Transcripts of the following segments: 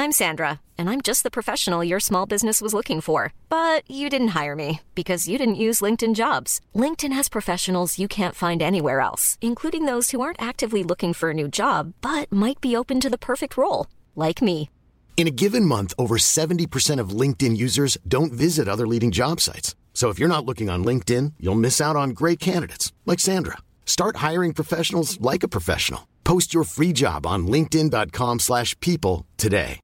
I'm Sandra, and I'm just the professional your small business was looking for. But you didn't hire me because you didn't use LinkedIn Jobs. LinkedIn has professionals you can't find anywhere else, including those who aren't actively looking for a new job, but might be open to the perfect role, like me. In a given month, over 70% of LinkedIn users don't visit other leading job sites. So if you're not looking on LinkedIn, you'll miss out on great candidates like Sandra. Start hiring professionals like a professional. Post your free job on linkedin.com/people today.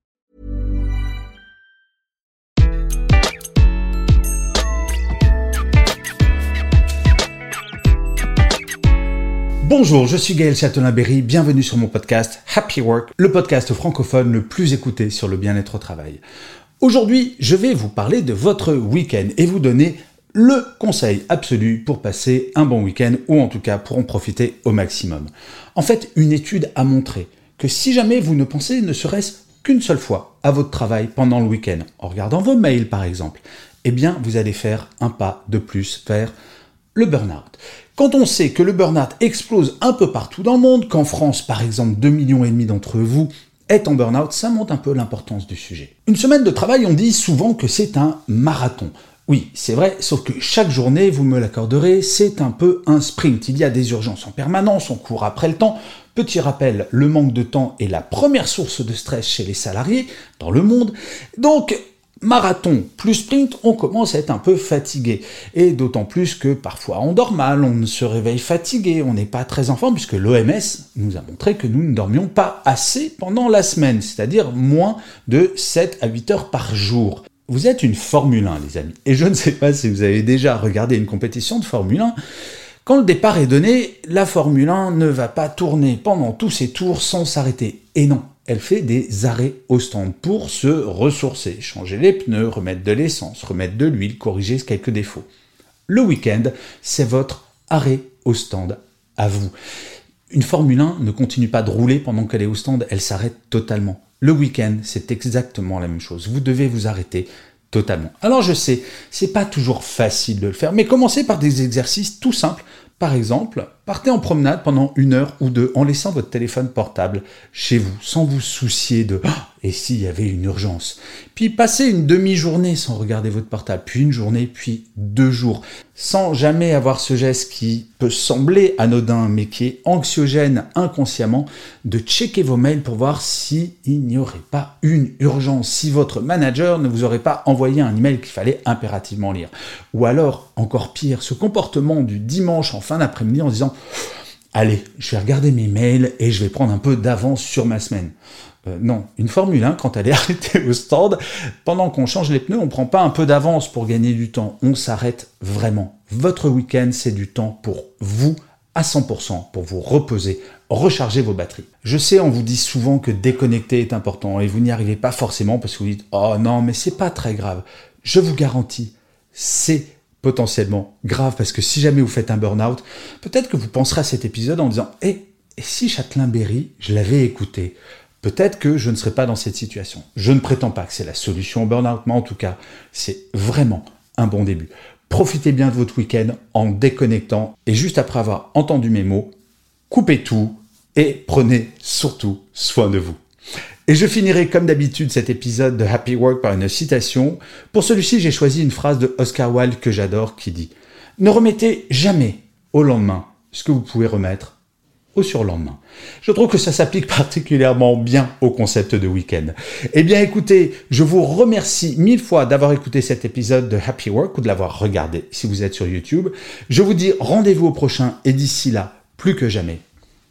Bonjour, je suis Gaël Châtelain-Berry, bienvenue sur mon podcast Happy Work, le podcast francophone le plus écouté sur le bien-être au travail. Aujourd'hui, je vais vous parler de votre week-end et vous donner le conseil absolu pour passer un bon week-end ou en tout cas pour en profiter au maximum. En fait, une étude a montré que si jamais vous ne pensez ne serait-ce qu'une seule fois à votre travail pendant le week-end, en regardant vos mails par exemple, eh bien vous allez faire un pas de plus vers le burn-out. Quand on sait que le burn-out explose un peu partout dans le monde, qu'en France par exemple 2,5 millions d'entre vous est en burn-out, ça montre un peu l'importance du sujet. Une semaine de travail, on dit souvent que c'est un marathon. Oui, c'est vrai, sauf que chaque journée, vous me l'accorderez, c'est un peu un sprint. Il y a des urgences en permanence, on court après le temps. Petit rappel, le manque de temps est la première source de stress chez les salariés dans le monde. Donc, marathon plus sprint, on commence à être un peu fatigué. Et d'autant plus que parfois on dort mal, on se réveille fatigué, on n'est pas très en forme, puisque l'OMS nous a montré que nous ne dormions pas assez pendant la semaine, c'est-à-dire moins de 7 à 8 heures par jour. Vous êtes une Formule 1, les amis, et je ne sais pas si vous avez déjà regardé une compétition de Formule 1. Quand le départ est donné, la Formule 1 ne va pas tourner pendant tous ses tours sans s'arrêter. Et non, elle fait des arrêts au stand pour se ressourcer, changer les pneus, remettre de l'essence, remettre de l'huile, corriger quelques défauts. Le week-end, c'est votre arrêt au stand à vous. Une Formule 1 ne continue pas de rouler pendant qu'elle est au stand, elle s'arrête totalement. Le week-end, c'est exactement la même chose. Vous devez vous arrêter totalement. Alors je sais, c'est pas toujours facile de le faire, mais commencez par des exercices tout simples. Par exemple, partez en promenade pendant 1 heure ou 2 en laissant votre téléphone portable chez vous, sans vous soucier de « et s'il y avait une urgence ?» Puis passez une demi-journée sans regarder votre portable, puis une journée, puis 2 jours, sans jamais avoir ce geste qui peut sembler anodin, mais qui est anxiogène inconsciemment, de checker vos mails pour voir s'il n'y aurait pas une urgence, si votre manager ne vous aurait pas envoyé un email qu'il fallait impérativement lire. Ou alors, encore pire, ce comportement du dimanche en fin d'après-midi en disant « Allez, je vais regarder mes mails et je vais prendre un peu d'avance sur ma semaine ». Non, une Formule 1, quand elle est arrêtée au stand, pendant qu'on change les pneus, on ne prend pas un peu d'avance pour gagner du temps, on s'arrête vraiment. Votre week-end, c'est du temps pour vous à 100%, pour vous reposer, recharger vos batteries. Je sais, on vous dit souvent que déconnecter est important et vous n'y arrivez pas forcément parce que vous dites « Oh non, mais c'est pas très grave ». Je vous garantis, c'est potentiellement grave parce que si jamais vous faites un burn-out, peut-être que vous penserez à cet épisode en disant « et si Châtelain-Berry, je l'avais écouté ?» Peut-être que je ne serai pas dans cette situation. Je ne prétends pas que c'est la solution au burn-out, mais en tout cas, c'est vraiment un bon début. Profitez bien de votre week-end en déconnectant et juste après avoir entendu mes mots, coupez tout et prenez surtout soin de vous. Et je finirai comme d'habitude cet épisode de Happy Work par une citation. Pour celui-ci, j'ai choisi une phrase de Oscar Wilde que j'adore qui dit « Ne remettez jamais au lendemain ce que vous pouvez remettre au surlendemain ». Je trouve que ça s'applique particulièrement bien au concept de week-end. Eh bien écoutez, je vous remercie 1000 fois d'avoir écouté cet épisode de Happy Work ou de l'avoir regardé si vous êtes sur YouTube. Je vous dis rendez-vous au prochain et d'ici là, plus que jamais,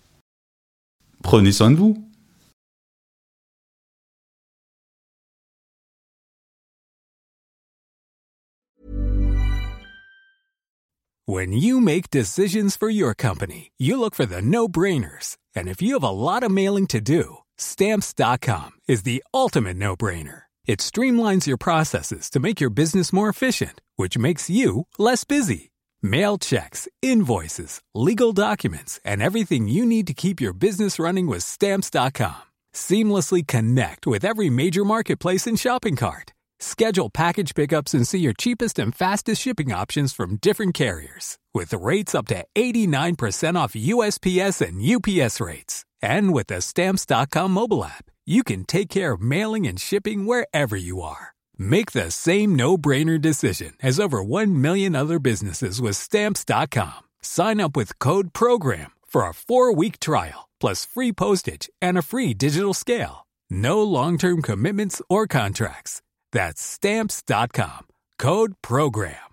prenez soin de vous. When you make decisions for your company, you look for the no-brainers. And if you have a lot of mailing to do, Stamps.com is the ultimate no-brainer. It streamlines your processes to make your business more efficient, which makes you less busy. Mail checks, invoices, legal documents, and everything you need to keep your business running with Stamps.com. Seamlessly connect with every major marketplace and shopping cart. Schedule package pickups and see your cheapest and fastest shipping options from different carriers. With rates up to 89% off USPS and UPS rates. And with the Stamps.com mobile app, you can take care of mailing and shipping wherever you are. Make the same no-brainer decision as over 1 million other businesses with Stamps.com. Sign up with Code PROGRAM for a 4-week trial, plus free postage and a free digital scale. No long-term commitments or contracts. That's Stamps.com. Code PROGRAM.